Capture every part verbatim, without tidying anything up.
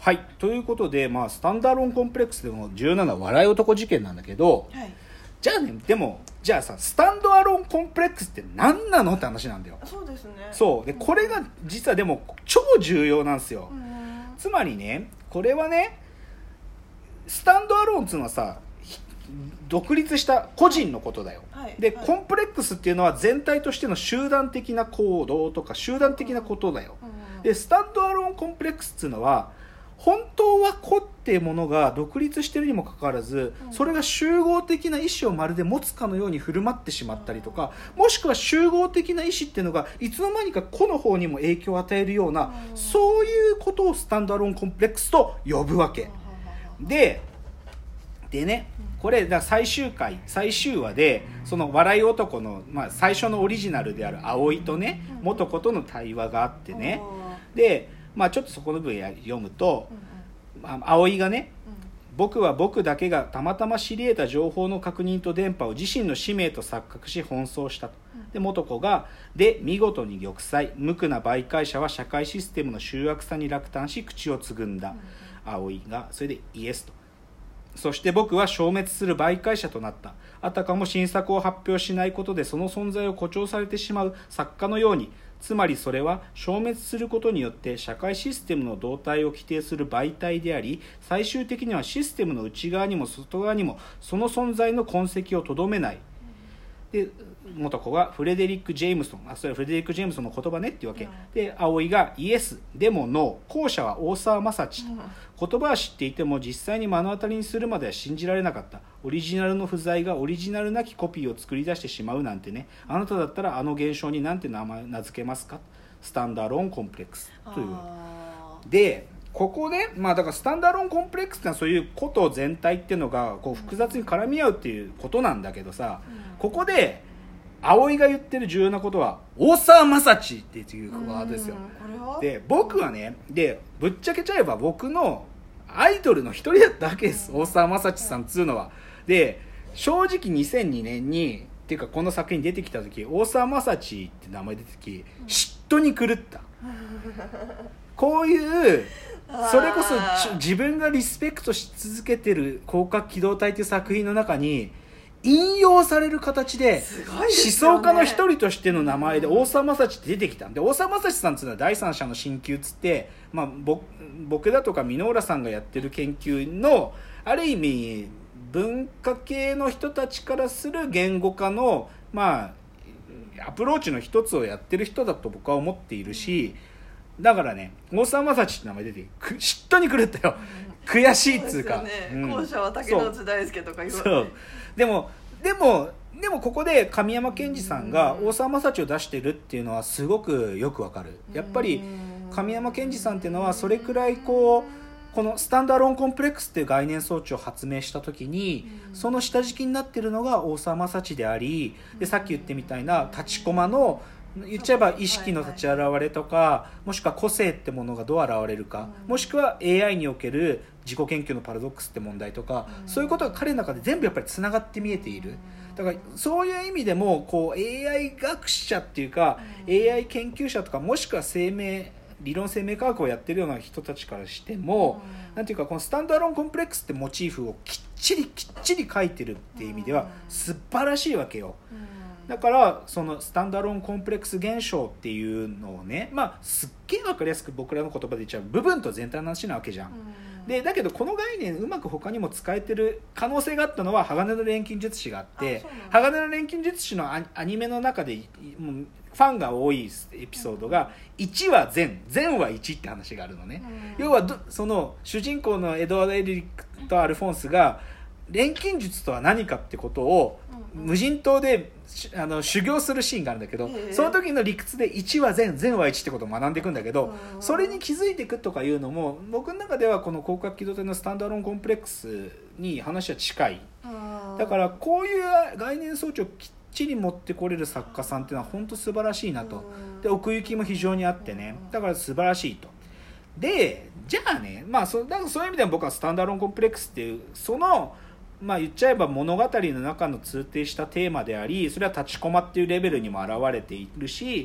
はい、ということで、まあ、スタンダーロンコンプレックスでも重要なのは笑い男事件なんだけど、 はい、 じゃあね、でもじゃあさ、スタンドアロンコンプレックスって何なのって話なんだよ。 そうですね。 そうで、これが実はでも超重要なんですよ。 うん、 つまりね、これはね、スタンドアローンっていうのはさ、独立した個人のことだよ、 はい、 で、 はい、 コンプレックスっていうのは全体としての集団的な行動とか集団的なことだよ、 うん、 でスタンドアローンコンプレックスっていうのは本当は個っていうものが独立しているにもかかわらず、うん、それが集合的な意思をまるで持つかのように振る舞ってしまったりとか、もしくは集合的な意思っていうのがいつの間にか個の方にも影響を与えるような、うん、そういうことをスタンドアローンコンプレックスと呼ぶわけ、うん、ででね、これだ最終回最終話でその笑い男の、まあ、最初のオリジナルである葵とね、元子との対話があってね、で、まあ、ちょっとそこの部分読むと、まあ、葵がね、僕は僕だけがたまたま知り得た情報の確認と電波を自身の使命と錯覚し奔走したと。で元子がで見事に玉砕、無垢な媒介者は社会システムの醜悪さに落胆し口をつぐんだ。葵がそれでイエスと。そして僕は消滅する媒介者となった。あたかも新作を発表しないことでその存在を誇張されてしまう作家のように、つまりそれは消滅することによって社会システムの動態を規定する媒体であり、最終的にはシステムの内側にも外側にもその存在の痕跡をとどめない。で元子がフレデリック・ジェームソン、あ、それはフレデリック・ジェームソンの言葉ねっていうわけ、うん、で葵がイエスでもノー、後者は大沢正知、うん、言葉は知っていても実際に目の当たりにするまでは信じられなかった。オリジナルの不在がオリジナルなきコピーを作り出してしまうなんてね。あなただったらあの現象に何て名前名付けますか。スタンダーローンコンプレックスという。でここで、まあ、だからスタンダーローンコンプレックスってのはそういうこと全体っていうのがこう複雑に絡み合うっていうことなんだけどさ、うん、ここで葵が言ってる重要なことは大沢正知っていうワードですよ。で僕はね、でぶっちゃけちゃえば僕のアイドルの一人だったわけです、うん、大沢正知さんっつうのは。で正直にせんにねんにっていうかこの作品に出てきた時、大沢正知って名前出てき、うん、嫉妬に狂ったこういうそれこそ自分がリスペクトし続けてる広角機動隊という作品の中に引用される形で思想家の一人としての名前で大沢正知って出てきたんで、大沢正知さんっていうのは第三者の新旧つって、まあ、僕, 僕だとか箕浦さんがやってる研究のある意味文化系の人たちからする言語化の、まあ、アプローチの一つをやってる人だと僕は思っているし、だからね大沢正知って名前出て嫉妬に狂ったよ、うん、悔しいっつうか、 そうですよね、うん、後者は竹野内大輔とか言われて、 そうでもでもでもここで神山健二さんが大沢正知を出してるっていうのはすごくよくわかる。やっぱり神山健二さんっていうのはそれくらいこうこのスタンダーローンコンプレックスっていう概念装置を発明した時に、その下敷きになってるのが大沢正知であり、でさっき言ってみたいな立ちコマの言っちゃえば意識の立ち現れとか、もしくは個性ってものがどう現れるか、もしくは エーアイ における自己研究のパラドックスって問題とか、そういうことが彼の中で全部やっぱりつながって見えている。だからそういう意味でもこう エーアイ 学者っていうか エーアイ 研究者とか、もしくは生命理論生命科学をやってるような人たちからしても、なんていうかこのスタンドアローンコンプレックスってモチーフをきっちりきっちり書いてるっていう意味では素晴らしいわけよ。だからそのスタンダーローンコンプレックス現象っていうのをね、まあすっげえ分かりやすく僕らの言葉で言っちゃう部分と全体の話なわけじゃん。でだけどこの概念うまく他にも使えてる可能性があったのは鋼の錬金術師があって、鋼の錬金術師のアニメの中でもうファンが多いエピソードがいちは善、善はいちって話があるのね。要はその主人公のエドワード・エリックとアルフォンスが錬金術とは何かってことを無人島であの修行するシーンがあるんだけど、その時の理屈でいちは善、善はいちってことを学んでいくんだけど、それに気づいていくとかいうのも僕の中ではこの広角機動隊のスタンダーローンコンプレックスに話は近い。だからこういう概念装置をきっちり持ってこれる作家さんっていうのは本当素晴らしいなと。で奥行きも非常にあってね、だから素晴らしいと。でじゃあね、まあ そ, だからそういう意味では僕はスタンダーローンコンプレックスっていうそのまあ言っちゃえば物語の中の通底したテーマであり、それは立ちコマっていうレベルにも現れているし、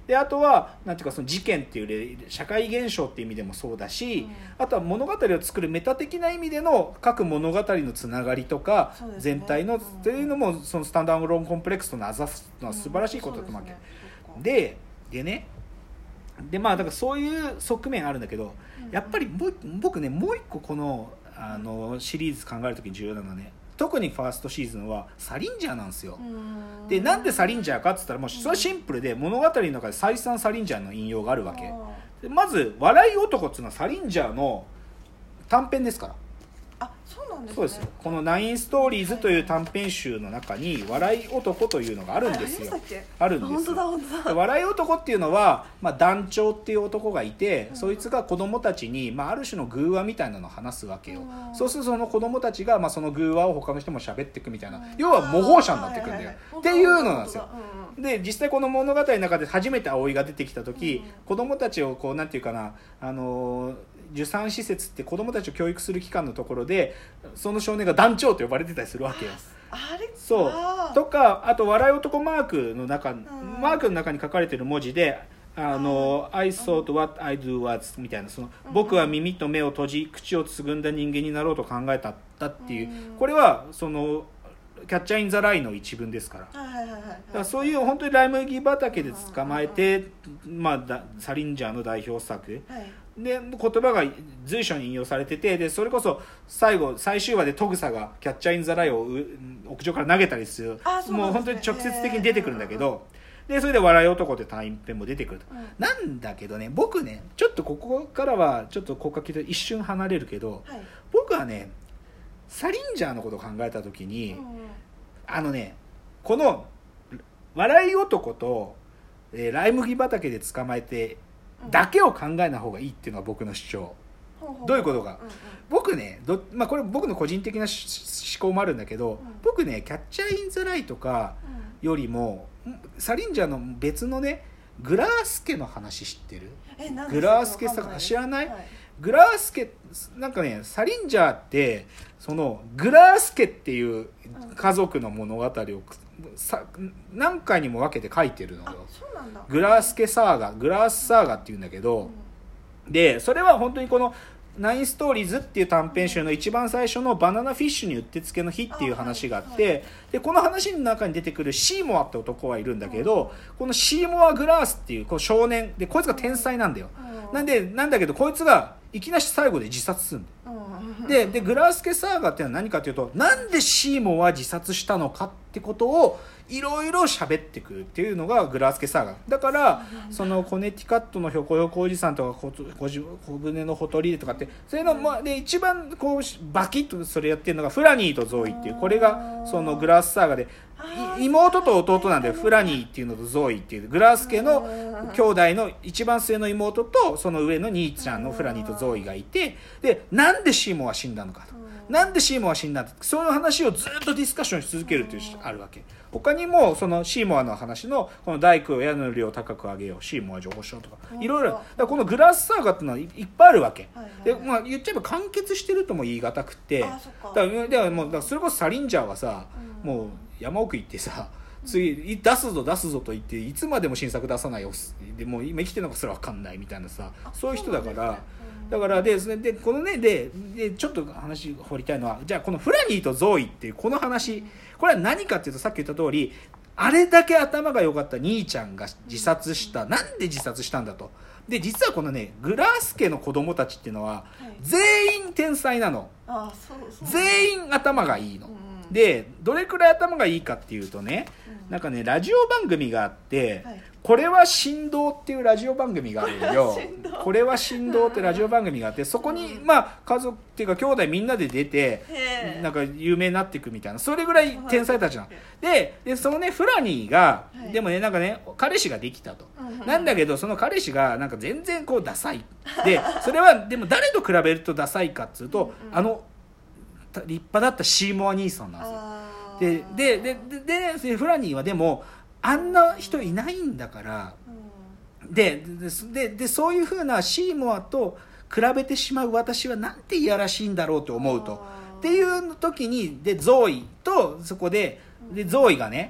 であとはなんていうかその事件っていう社会現象っていう意味でもそうだし、うん、あとは物語を作るメタ的な意味での各物語のつながりとか、ね、全体の、うん、というのもそのスタンダードローンコンプレックスと名指すのは素晴らしいことだと思うわけ、うん、で, でねでまあだからそういう側面あるんだけど、うん、やっぱりもう僕ねもう一個このあのシリーズ考えるときに重要なのはね、特にファーストシーズンはサリンジャーなんですよ。でなんでサリンジャーかって言ったらもうそれはシンプルで物語の中で再三サリンジャーの引用があるわけで、まず笑い男っていうのはサリンジャーの短編ですから。 あ、そうなんですね。 そうですよ。このナインストーリーズという短編集の中に笑い男というのがあるんですよ。あるんですよ。 本当だ本当だ。 笑い男っていうのは、まあ、団長っていう男がいて、うん、そいつが子供たちに、まあ、ある種の偶話みたいなのを話すわけよ、うん、そうするとその子供たちが、まあ、その偶話を他の人も喋っていくみたいな、うん、要は模倣者になっていくんだよ、はいはいはい、っていうのなんですよ、うん、で実際この物語の中で初めて葵が出てきた時、うん、子供たちをこうなんていうかな、あのー受産施設って子どもたちを教育する機関のところでその少年が団長と呼ばれてたりするわけよ。 あれそうとか、あと笑い男マークの中、うん、マークの中に書かれてる文字であの、うん、I thought what I do was みたいなその、うん、僕は耳と目を閉じ口をつぐんだ人間になろうと考えたっていう、うん、これはそのキャッチャーインザラインの一文ですから、 はいはいはいはい、だからそういう本当にライ麦畑で捕まえて、まあ、サリンジャーの代表作、はい、で言葉が随所に引用されてて、でそれこそ最後最終話でトグサがキャッチャーインザラインを屋上から投げたりする、す、ね、もう本当に直接的に出てくるんだけど、でそれで笑い男って短編も出てくると、うん、なんだけどね僕ねちょっとここからはちょっと国家級と一瞬離れるけど、はい、僕はねサリンジャーのことを考えた時に、うん、あのねこの笑い男と、えー、ライ麦畑で捕まえてだけを考えない方がいいっていうのが僕の主張、うん、どういうことか、うんうん、僕ねど、まあ、これ僕の個人的な思考もあるんだけど、うん、僕ねキャッチャーインザライとかよりも、うん、サリンジャーの別のねグラースケの話知ってる？ え、なんグラースケさ知らない、はい、グラースケなんかねサリンジャーってそのグラースケっていう家族の物語をさ何回にも分けて書いてるのよ。 そうなんだ。 グラースケサーガグラースサーガっていうんだけど、うん、でそれは本当にこのナインストーリーズっていう短編集の一番最初のバナナフィッシュにうってつけの日っていう話があって、はいはい、でこの話の中に出てくるシーモアって男はいるんだけど、うん、このシーモア・グラースっていうこの少年でこいつが天才なんだよ、うん、なんでなんだけどこいつがいきなし最後で自殺するんだよ、うん、で, でグラースケサーガっていうのは何かというとなんでシーモアは自殺したのかってことをいろいろ喋ってくるっていうのがグラースケサーガだから、そのコネティカットのひょこひょこおじさんとか小舟のほとりでとかってそれの、まあ、で一番こうバキッとそれやってるのがフラニーとゾーイっていう、これがそのグラースサーガで妹と弟なんでフラニーっていうのとゾーイっていうグラースケの兄弟の一番末の妹とその上の兄ちゃんのフラニーとゾーイがいて、でなんでシーモアは死んだのかと、なんでシーモアは死んだのか、そういう話をずっとディスカッションし続けるというあるわけ。他にもそのシーモアの話のこの大工を屋根の量を高く上げようシーモア上昇とかいろいろ、だからこのグラースサーガっていうのはいっぱいあるわけ、はいはい、でまあ、言っちゃえば完結してるとも言い難くて、だからではもうだからそれこそサリンジャーはさ、うん、もう山奥行ってさ次出すぞ出すぞと言っていつまでも新作出さないよでもう今生きてるのかすら分かんないみたいなさ、そういう人だから、だからででこのね で, でちょっと話掘りたいのは、じゃあこのフラニーとゾーイっていうこの話、これは何かっていうとさっき言った通りあれだけ頭が良かった兄ちゃんが自殺した、なんで自殺したんだと。で実はこのねグラースケの子供たちっていうのは全員天才なの、 あそうそう、 全員頭がいいの、うん、でどれくらい頭がいいかっていうとね、うん、なんかねラジオ番組があって、はい、これは振動っていうラジオ番組があるよこれは振動ってラジオ番組があって、そこにまあ家族っていうか兄弟みんなで出てなんか有名になっていくみたいな、それぐらい天才たちなの、はい、で, でそのねフラニーが、はい、でもねなんかね彼氏ができたと、うん、なんだけどその彼氏がなんか全然こうダサいで、それはでも誰と比べるとダサいかっつうと、うん、あの立派だったシーモア兄さんなんですよ。でででででフラニーはでもあんな人いないんだから、うん、で, で, でそういう風なシーモアと比べてしまう私はなんていやらしいんだろうと思うとっていう時にでゾーイとそこででゾーイがね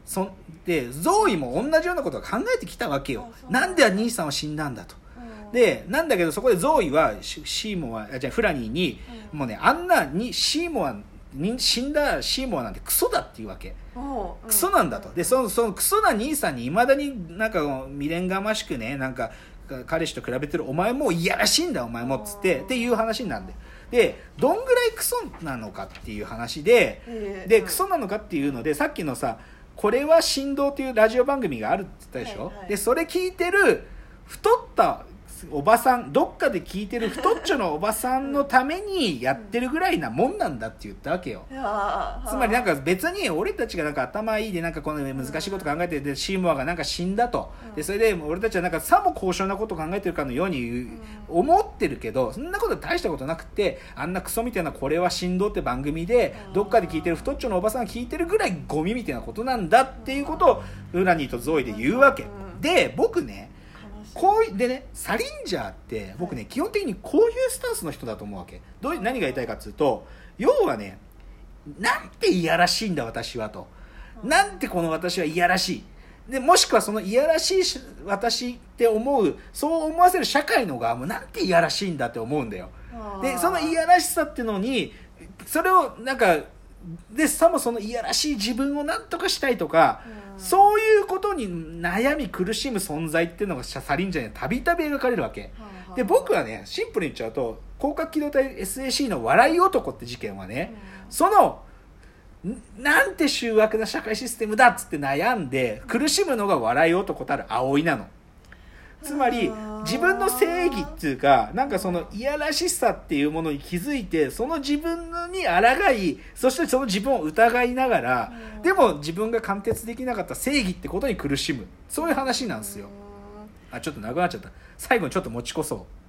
そでゾーイも同じようなことを考えてきたわけよ。なんで兄さんは死んだんだと。でなんだけどそこでゾーイはシーモアじゃあフラニーに、うん、もうねあんなにシーモアに死んだシーモアなんてクソだっていうわけ、うん、クソなんだと。でそのそのクソな兄さんにいまだになんか未練がましくねなんか彼氏と比べてるお前もいやらしいんだお前もっつってっていう話になるんだよ。でどんぐらいクソなのかっていう話で、えー、でクソなのかっていうのでさっきのさこれは振動っていうラジオ番組があるって言ったでしょ、はいはい、でそれ聞いてる太ったおばさんどっかで聞いてる太っちょのおばさんのためにやってるぐらいなもんなんだって言ったわけよ。つまりなんか別に俺たちがなんか頭いいでなんかこの難しいこと考えてでシーモアがなんか死んだとでそれで俺たちはなんかさも高尚なことを考えてるかのように思ってるけどそんなこと大したことなくてあんなクソみたいなこれは振動って番組でどっかで聞いてる太っちょのおばさんが聞いてるぐらいゴミみたいなことなんだっていうことをウラニーとゾイで言うわけで僕ねこうでねサリンジャーって僕ね基本的にこういうスタンスの人だと思うわけ。どう何が言いたいかっていうと要はねなんていやらしいんだ私はとなんてこの私はいやらしいでもしくはそのいやらしい私って思うそう思わせる社会の側もなんていやらしいんだって思うんだよ。でそのいやらしさっていうのにそれをなんかでさもそのいやらしい自分をなんとかしたいとか、うん、そういうことに悩み苦しむ存在っていうのがサリンジャーにたびたび描かれるわけ、うん、で僕はねシンプルに言っちゃうと広角機動隊 エスエーシー の笑い男って事件はね、うん、そのなんて醜悪な社会システムだっつって悩んで苦しむのが笑い男たる葵なの。つまり自分の正義っていうかなんかそのいやらしさっていうものに気づいてその自分に抗いそしてその自分を疑いながらでも自分が貫徹できなかった正義ってことに苦しむそういう話なんですよ。あちょっと長くなっちゃった。最後にちょっと持ちこそう。